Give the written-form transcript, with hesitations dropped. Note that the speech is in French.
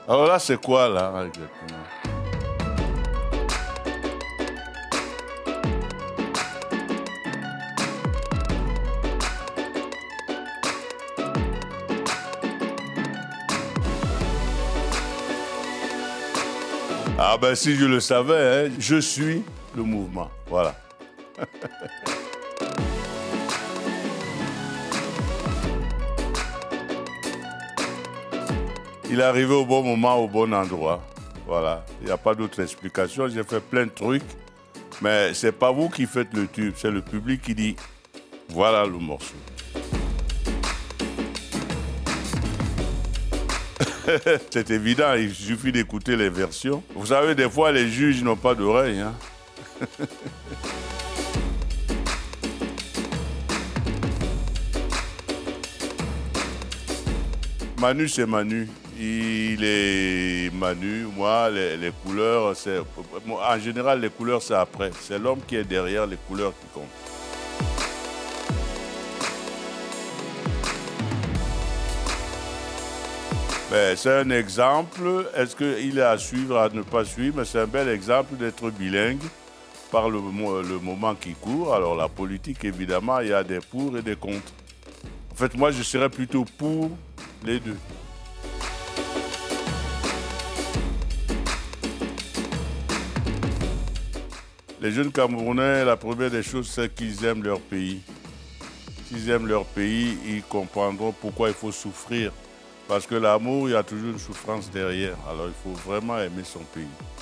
Alors là, c'est quoi, là, exactement? Ah ben, si je le savais, hein, je suis le mouvement. Voilà. Il est arrivé au bon moment, au bon endroit. Voilà. Il n'y a pas d'autre explication. J'ai fait plein de trucs. Mais c'est pas vous qui faites le tube, c'est le public qui dit voilà le morceau. C'est évident, il suffit d'écouter les versions. Vous savez, des fois, les juges n'ont pas d'oreilles. Hein? Manu, c'est Manu. Il est Manu. Moi, les couleurs, c'est... En général, les couleurs, c'est après. C'est l'homme qui est derrière les couleurs qui comptent. Ben, c'est un exemple. Est-ce qu'il est à suivre, à ne pas suivre? Mais c'est un bel exemple d'être bilingue par le moment qui court. Alors, la politique, évidemment, il y a des pour et des contre. En fait, moi, je serais plutôt pour les deux. Les jeunes Camerounais, la première des choses, c'est qu'ils aiment leur pays. S'ils aiment leur pays, ils comprendront pourquoi il faut souffrir. Parce que l'amour, il y a toujours une souffrance derrière. Alors, il faut vraiment aimer son pays.